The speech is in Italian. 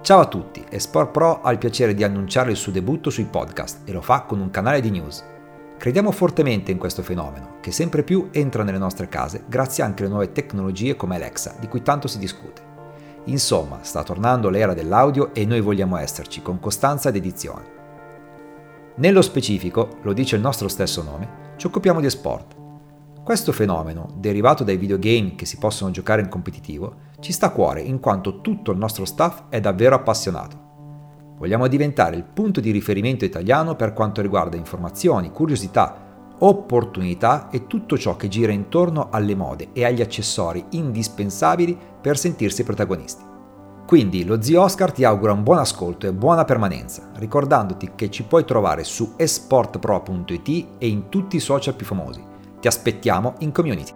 Ciao a tutti, Esport Pro ha il piacere di annunciare il suo debutto sui podcast e lo fa con un canale di news. Crediamo fortemente in questo fenomeno, che sempre più entra nelle nostre case grazie anche alle nuove tecnologie come Alexa, di cui tanto si discute. Insomma, sta tornando l'era dell'audio e noi vogliamo esserci con costanza ed edizione. Nello specifico, lo dice il nostro stesso nome, ci occupiamo di esport. Questo fenomeno, derivato dai videogame che si possono giocare in competitivo, ci sta a cuore in quanto tutto il nostro staff è davvero appassionato. Vogliamo diventare il punto di riferimento italiano per quanto riguarda informazioni, curiosità, opportunità e tutto ciò che gira intorno alle mode e agli accessori indispensabili per sentirsi protagonisti. Quindi lo zio Oscar ti augura un buon ascolto e buona permanenza, ricordandoti che ci puoi trovare su esportpro.it e in tutti i social più famosi. Ti aspettiamo in community.